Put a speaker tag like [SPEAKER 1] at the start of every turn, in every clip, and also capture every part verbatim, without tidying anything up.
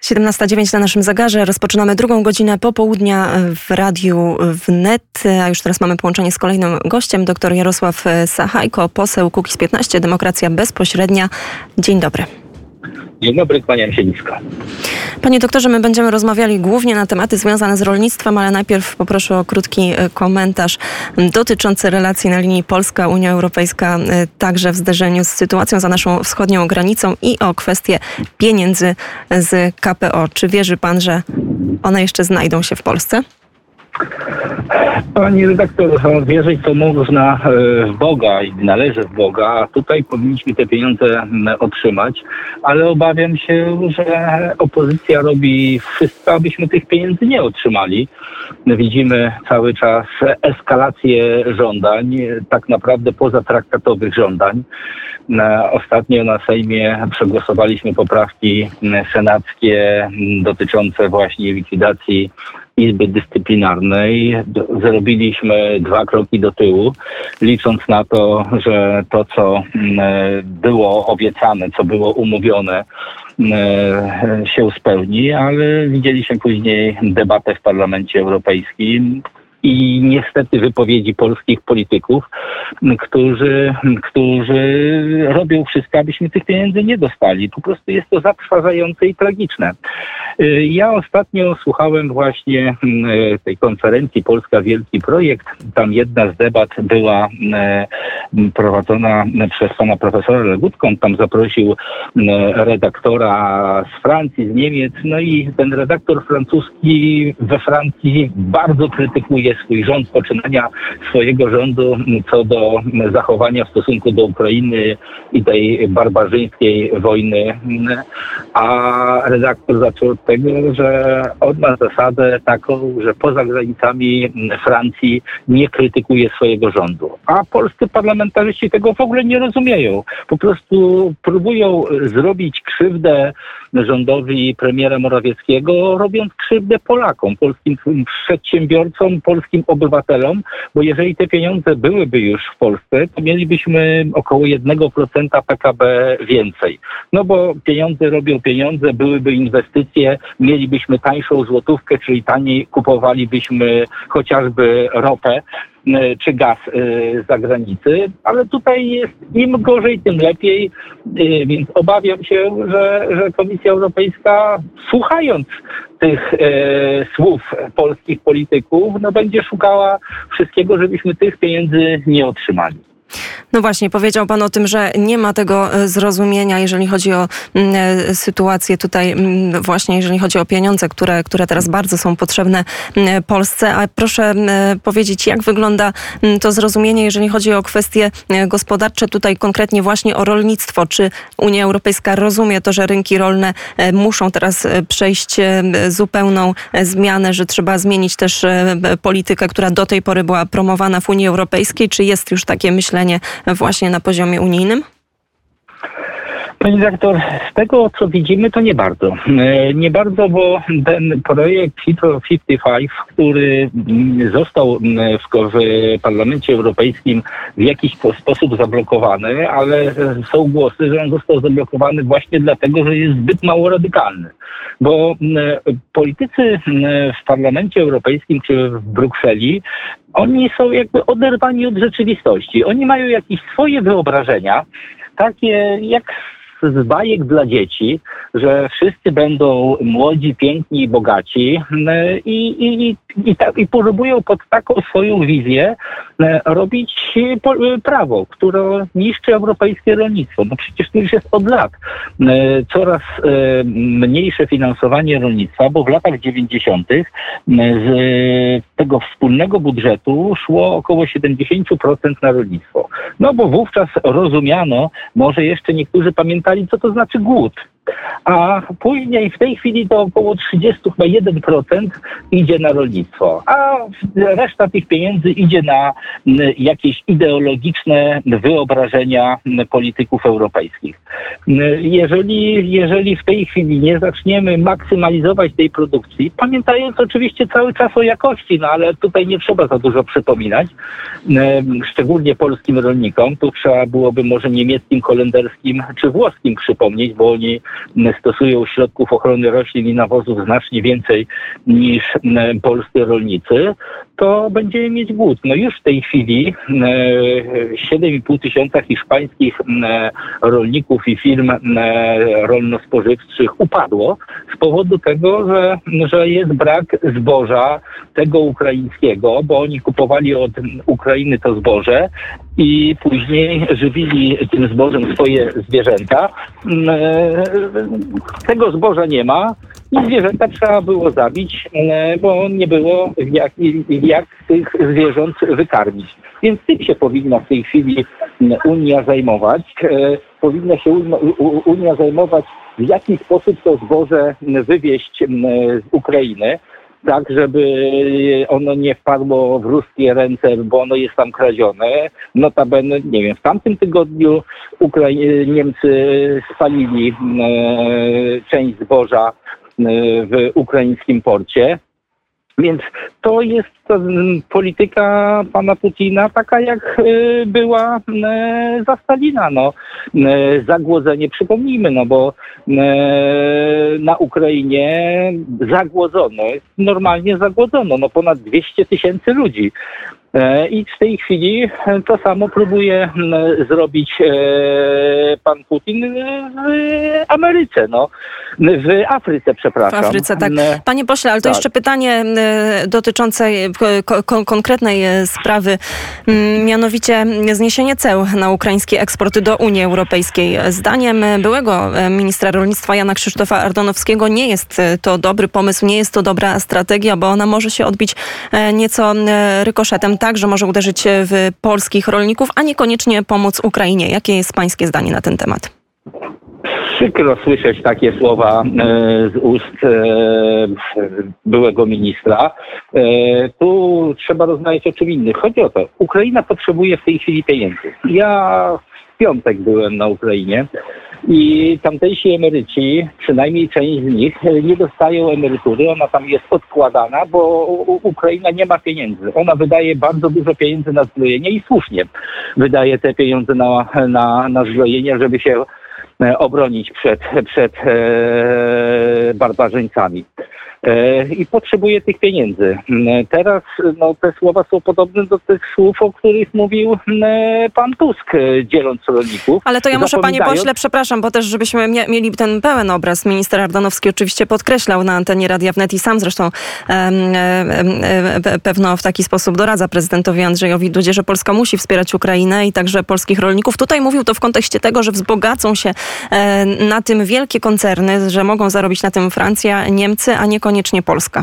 [SPEAKER 1] siedemnasta dziewięć na naszym zegarze. Rozpoczynamy drugą godzinę popołudnia w Radiu Wnet. A już teraz mamy połączenie z kolejnym gościem, dr Jarosław Sachajko, poseł Kukiz piętnaście, Demokracja Bezpośrednia. Dzień dobry.
[SPEAKER 2] Dzień dobry, kłaniam się nisko.
[SPEAKER 1] Panie doktorze, my będziemy rozmawiali głównie na tematy związane z rolnictwem, ale najpierw poproszę o krótki komentarz dotyczący relacji na linii Polska-Unia Europejska, także w zderzeniu z sytuacją za naszą wschodnią granicą i o kwestię pieniędzy z K P O. Czy wierzy pan, że one jeszcze znajdą się w Polsce?
[SPEAKER 2] Pani redaktor, wierzyć to można w Boga i należy w Boga, a tutaj powinniśmy te pieniądze otrzymać, ale obawiam się, że opozycja robi wszystko, abyśmy tych pieniędzy nie otrzymali. Widzimy cały czas eskalację żądań, tak naprawdę pozatraktatowych żądań. Ostatnio na Sejmie przegłosowaliśmy poprawki senackie dotyczące właśnie likwidacji Izby Dyscyplinarnej. Zrobiliśmy dwa kroki do tyłu, licząc na to, że to, co było obiecane, co było umówione, się spełni, ale widzieliśmy później debatę w Parlamencie Europejskim i niestety wypowiedzi polskich polityków, którzy, którzy robią wszystko, abyśmy tych pieniędzy nie dostali. Po prostu jest to zatrważające i tragiczne. Ja ostatnio słuchałem właśnie tej konferencji Polska Wielki Projekt. Tam jedna z debat była prowadzona przez pana profesora Legutkę. On tam zaprosił redaktora z Francji, z Niemiec. No i ten redaktor francuski we Francji bardzo krytykuje swój rząd, poczynania swojego rządu co do zachowania w stosunku do Ukrainy i tej barbarzyńskiej wojny. A redaktor zaczął od tego, że on ma zasadę taką, że poza granicami Francji nie krytykuje swojego rządu. A polscy parlamentarzyści tego w ogóle nie rozumieją. Po prostu próbują zrobić krzywdę rządowi premiera Morawieckiego, robiąc krzywdę Polakom, polskim przedsiębiorcom, polskim obywatelom, bo jeżeli te pieniądze byłyby już w Polsce, to mielibyśmy około jednego procenta P K B więcej. No bo pieniądze robią pieniądze, byłyby inwestycje, mielibyśmy tańszą złotówkę, czyli taniej kupowalibyśmy chociażby ropę czy gaz z zagranicy, ale tutaj jest im gorzej, tym lepiej, więc obawiam się, że, że Komisja Europejska, słuchając tych e, słów polskich polityków, no będzie szukała wszystkiego, żebyśmy tych pieniędzy nie otrzymali.
[SPEAKER 1] No właśnie, powiedział pan o tym, że nie ma tego zrozumienia, jeżeli chodzi o y, sytuację tutaj, y, właśnie jeżeli chodzi o pieniądze, które, które teraz bardzo są potrzebne y, Polsce. A proszę y, powiedzieć, jak wygląda y, to zrozumienie, jeżeli chodzi o kwestie y, gospodarcze, tutaj konkretnie właśnie o rolnictwo. Czy Unia Europejska rozumie to, że rynki rolne y, muszą teraz y, przejść y, zupełną y, zmianę, że trzeba zmienić też y, politykę, która do tej pory była promowana w Unii Europejskiej? Czy jest już takie myślenie właśnie na poziomie unijnym?
[SPEAKER 2] Pani dyrektor, z tego co widzimy, to nie bardzo. Nie bardzo, bo ten projekt Fit for pięćdziesiąt pięć, który został w Parlamencie Europejskim w jakiś sposób zablokowany, ale są głosy, że on został zablokowany właśnie dlatego, że jest zbyt mało radykalny. Bo politycy w Parlamencie Europejskim czy w Brukseli, oni są jakby oderwani od rzeczywistości. Oni mają jakieś swoje wyobrażenia, takie jak z bajek dla dzieci, że wszyscy będą młodzi, piękni i bogaci i, i, i, ta, i próbują pod taką swoją wizję robić prawo, które niszczy europejskie rolnictwo. No przecież to już jest od lat coraz mniejsze finansowanie rolnictwa, bo w latach dziewięćdziesiątych z tego wspólnego budżetu szło około siedemdziesiąt procent na rolnictwo. No bo wówczas rozumiano, może jeszcze niektórzy pamiętali, co to znaczy głód. A później w tej chwili to około trzydzieści jeden procent idzie na rolnictwo, a reszta tych pieniędzy idzie na jakieś ideologiczne wyobrażenia polityków europejskich. Jeżeli, jeżeli w tej chwili nie zaczniemy maksymalizować tej produkcji, pamiętając oczywiście cały czas o jakości, no ale tutaj nie trzeba za dużo przypominać, szczególnie polskim rolnikom, tu trzeba byłoby może niemieckim, holenderskim czy włoskim przypomnieć, bo oni stosują środków ochrony roślin i nawozów znacznie więcej niż polscy rolnicy, to będziemy mieć głód. No już w tej chwili siedem i pół tysiąca hiszpańskich rolników i firm rolno-spożywczych upadło z powodu tego, że, że jest brak zboża tego ukraińskiego, bo oni kupowali od Ukrainy to zboże i później żywili tym zbożem swoje zwierzęta. Tego zboża nie ma i zwierzęta trzeba było zabić, bo nie było jak, jak tych zwierząt wykarmić. Więc tym się powinna w tej chwili Unia zajmować. Powinna się Unia zajmować, w jaki sposób to zboże wywieźć z Ukrainy, tak, żeby ono nie wpadło w ruskie ręce, bo ono jest tam kradzione. Notabene, nie wiem, w tamtym tygodniu Ukrai- Niemcy spalili e, część zboża e, w ukraińskim porcie. Więc to jest to, polityka pana Putina taka, jak y, była y, za Stalina. No. Y, zagłodzenie, przypomnijmy, no bo y, na Ukrainie zagłodzono, normalnie zagłodzono, no ponad dwieście tysięcy ludzi. I w tej chwili to samo próbuje zrobić pan Putin w Ameryce, no. W Afryce, przepraszam.
[SPEAKER 1] W Afryce, tak. Panie pośle, ale to tak. Jeszcze pytanie dotyczące ko- konkretnej sprawy, mianowicie zniesienie ceł na ukraiński eksport do Unii Europejskiej. Zdaniem byłego ministra rolnictwa Jana Krzysztofa Ardanowskiego nie jest to dobry pomysł, nie jest to dobra strategia, bo ona może się odbić nieco rykoszetem, tak, że może uderzyć w polskich rolników, a niekoniecznie pomóc Ukrainie. Jakie jest pańskie zdanie na ten temat?
[SPEAKER 2] Przykro słyszeć takie słowa e, z ust e, byłego ministra. E, tu trzeba rozmawiać o czym innym. Chodzi o to, Ukraina potrzebuje w tej chwili pieniędzy. Ja w piątek byłem na Ukrainie i tamtejsi emeryci, przynajmniej część z nich, nie dostają emerytury. Ona tam jest odkładana, bo Ukraina nie ma pieniędzy. Ona wydaje bardzo dużo pieniędzy na zbrojenie i słusznie wydaje te pieniądze na, na, na zbrojenie, żeby się obronić przed, przed e, barbarzyńcami. E, I potrzebuje tych pieniędzy. Teraz no, te słowa są podobne do tych słów, o których mówił e, pan Tusk, dzieląc rolników.
[SPEAKER 1] Ale to ja muszę, panie pośle, przepraszam, bo też żebyśmy mie- mieli ten pełen obraz. Minister Ardanowski oczywiście podkreślał na antenie Radia Wnet i sam zresztą e, e, pewno w taki sposób doradza prezydentowi Andrzejowi Dudzie, że Polska musi wspierać Ukrainę i także polskich rolników. Tutaj mówił to w kontekście tego, że wzbogacą się e, na tym wielkie koncerny, że mogą zarobić na tym Francja, Niemcy, a niekoniecznie Polska.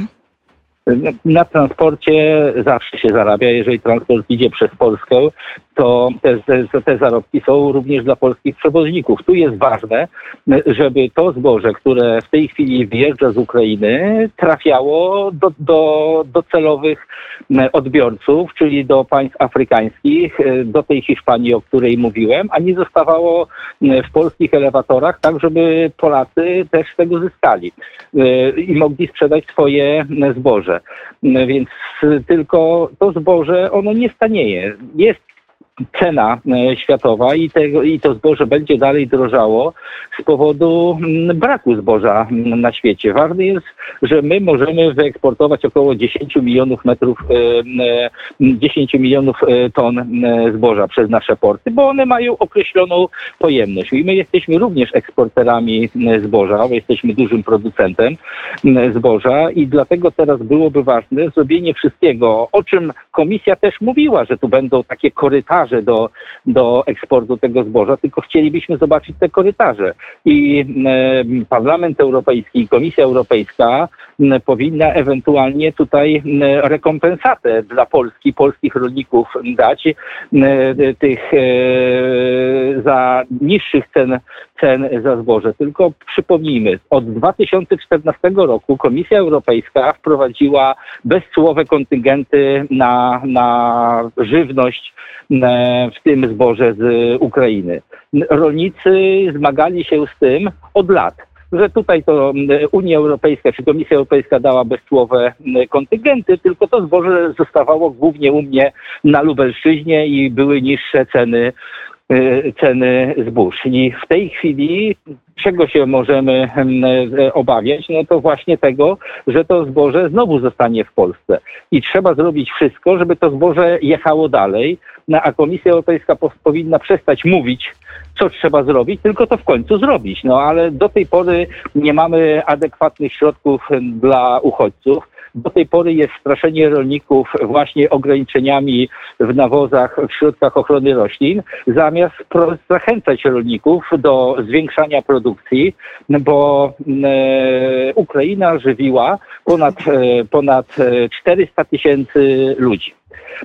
[SPEAKER 2] Na transporcie zawsze się zarabia. Jeżeli transport idzie przez Polskę, to te, te, te zarobki są również dla polskich przewoźników. Tu jest ważne, żeby to zboże, które w tej chwili wyjeżdża z Ukrainy, trafiało do, do, do celowych odbiorców, czyli do państw afrykańskich, do tej Hiszpanii, o której mówiłem, a nie zostawało w polskich elewatorach, tak żeby Polacy też z tego zyskali i mogli sprzedać swoje zboże. Więc tylko to zboże, ono nie stanieje. Jest cena światowa i, tego, i to zboże będzie dalej drożało z powodu braku zboża na świecie. Ważne jest, że my możemy wyeksportować około dziesięć milionów metrów, dziesięć milionów ton zboża przez nasze porty, bo one mają określoną pojemność. I my jesteśmy również eksporterami zboża, bo jesteśmy dużym producentem zboża i dlatego teraz byłoby ważne zrobienie wszystkiego, o czym komisja też mówiła, że tu będą takie korytarze do, do eksportu tego zboża, tylko chcielibyśmy zobaczyć te korytarze. I e, Parlament Europejski i Komisja Europejska m, powinna ewentualnie tutaj m, rekompensatę dla Polski, polskich rolników dać e, tych e, za niższych cen, cen za zboże. Tylko przypomnijmy, od dwa tysiące czternastego roku Komisja Europejska wprowadziła bezcłowe kontyngenty na, na żywność, w tym zboże z Ukrainy. Rolnicy zmagali się z tym od lat, że tutaj to Unia Europejska czy Komisja Europejska dała bezcłowe kontyngenty, tylko to zboże zostawało głównie u mnie na Lubelszczyźnie i były niższe ceny ceny zbóż. I w tej chwili czego się możemy obawiać? No to właśnie tego, że to zboże znowu zostanie w Polsce. I trzeba zrobić wszystko, żeby to zboże jechało dalej, no, a Komisja Europejska powinna przestać mówić, co trzeba zrobić, tylko to w końcu zrobić. No ale do tej pory nie mamy adekwatnych środków dla uchodźców. Do tej pory jest straszenie rolników właśnie ograniczeniami w nawozach, w środkach ochrony roślin, zamiast zachęcać rolników do zwiększania produkcji, bo e, Ukraina żywiła ponad, e, ponad czterysta tysięcy ludzi.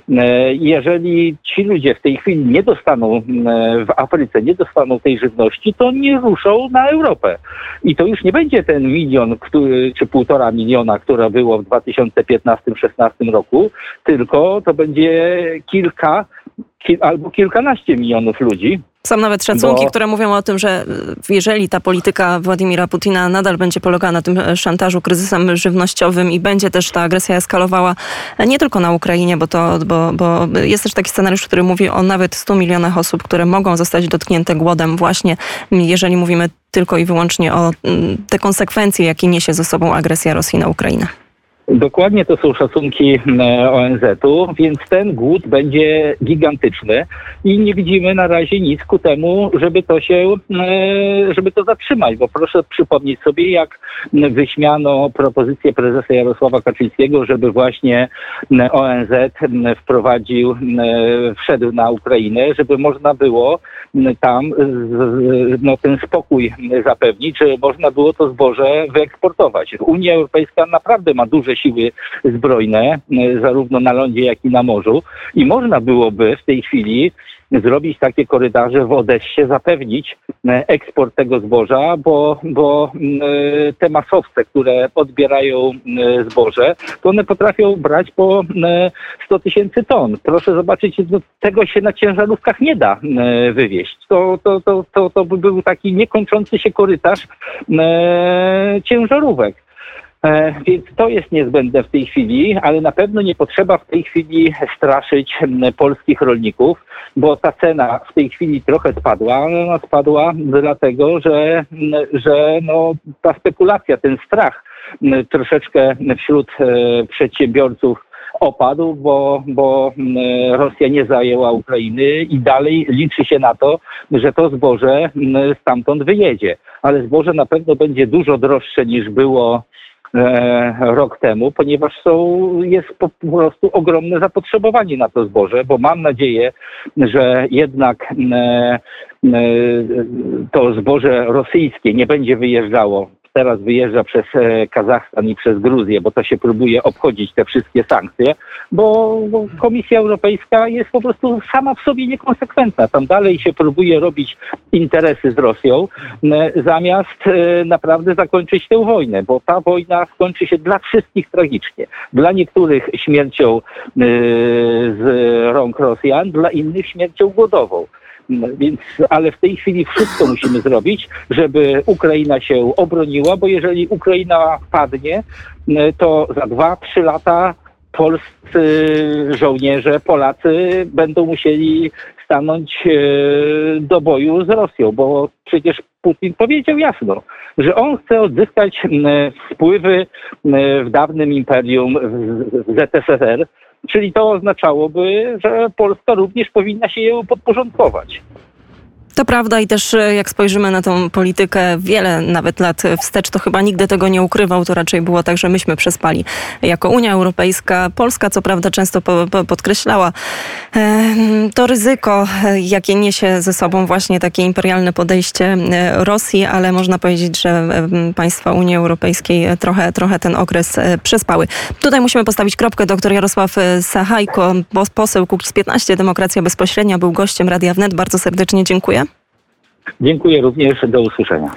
[SPEAKER 2] Jeżeli ci ludzie w tej chwili nie dostaną w Afryce, nie dostaną tej żywności, to nie ruszą na Europę. I to już nie będzie ten milion który, czy półtora miliona, które było w dwa tysiące piętnastym szesnastym roku, tylko to będzie kilka kil, albo kilkanaście milionów ludzi.
[SPEAKER 1] Są nawet szacunki,
[SPEAKER 2] Bo...
[SPEAKER 1] które mówią o tym, że jeżeli ta polityka Władimira Putina nadal będzie polegała na tym szantażu, kryzysem żywnościowym i będzie też ta agresja eskalowała nie tylko na Ukrainie, bo to, bo, bo jest też taki scenariusz, który mówi o nawet stu milionach osób, które mogą zostać dotknięte głodem właśnie, jeżeli mówimy tylko i wyłącznie o te konsekwencje, jakie niesie ze sobą agresja Rosji na Ukrainę.
[SPEAKER 2] Dokładnie to są szacunki O N Z-u, więc ten głód będzie gigantyczny i nie widzimy na razie nic ku temu, żeby to się, żeby to zatrzymać, bo proszę przypomnieć sobie, jak wyśmiano propozycję prezesa Jarosława Kaczyńskiego, żeby właśnie O N Z wprowadził, wszedł na Ukrainę, żeby można było tam no, ten spokój zapewnić, że można było to zboże wyeksportować. Unia Europejska naprawdę ma duże siły zbrojne, zarówno na lądzie, jak i na morzu. I można byłoby w tej chwili zrobić takie korytarze w Odessie, zapewnić eksport tego zboża, bo, bo te masowce, które odbierają zboże, to one potrafią brać po sto tysięcy ton. Proszę zobaczyć, no, tego się na ciężarówkach nie da wywieźć. To, to, to, to, to by był taki niekończący się korytarz ciężarówek. E, więc to jest niezbędne w tej chwili, ale na pewno nie potrzeba w tej chwili straszyć m, polskich rolników, bo ta cena w tej chwili trochę spadła, ale ona spadła dlatego, że, m, że no, ta spekulacja, ten strach m, troszeczkę wśród e, przedsiębiorców opadł, bo, bo Rosja nie zajęła Ukrainy i dalej liczy się na to, że to zboże stamtąd wyjedzie. Ale zboże na pewno będzie dużo droższe niż było e, rok temu, ponieważ są, jest po prostu ogromne zapotrzebowanie na to zboże, bo mam nadzieję, że jednak e, e, to zboże rosyjskie nie będzie wyjeżdżało. Teraz wyjeżdża przez Kazachstan i przez Gruzję, bo to się próbuje obchodzić te wszystkie sankcje, bo, bo Komisja Europejska jest po prostu sama w sobie niekonsekwentna. Tam dalej się próbuje robić interesy z Rosją, zamiast naprawdę zakończyć tę wojnę, bo ta wojna skończy się dla wszystkich tragicznie. Dla niektórych śmiercią z rąk Rosjan, dla innych śmiercią głodową. Więc, ale w tej chwili wszystko musimy zrobić, żeby Ukraina się obroniła, bo jeżeli Ukraina padnie, to za dwa, trzy lata polscy żołnierze, Polacy będą musieli stanąć do boju z Rosją, bo przecież Putin powiedział jasno, że on chce odzyskać wpływy w dawnym imperium w Z S R R, czyli to oznaczałoby, że Polska również powinna się jej podporządkować.
[SPEAKER 1] To prawda i też jak spojrzymy na tą politykę wiele nawet lat wstecz, to chyba nigdy tego nie ukrywał. To raczej było tak, że myśmy przespali jako Unia Europejska. Polska co prawda często po, po podkreślała to ryzyko, jakie niesie ze sobą właśnie takie imperialne podejście Rosji, ale można powiedzieć, że państwa Unii Europejskiej trochę, trochę ten okres przespały. Tutaj musimy postawić kropkę. Doktor Jarosław Sachajko, poseł Kukiz piętnaście, Demokracja Bezpośrednia, był gościem Radia Wnet. Bardzo serdecznie dziękuję.
[SPEAKER 2] Dziękuję również. Do usłyszenia.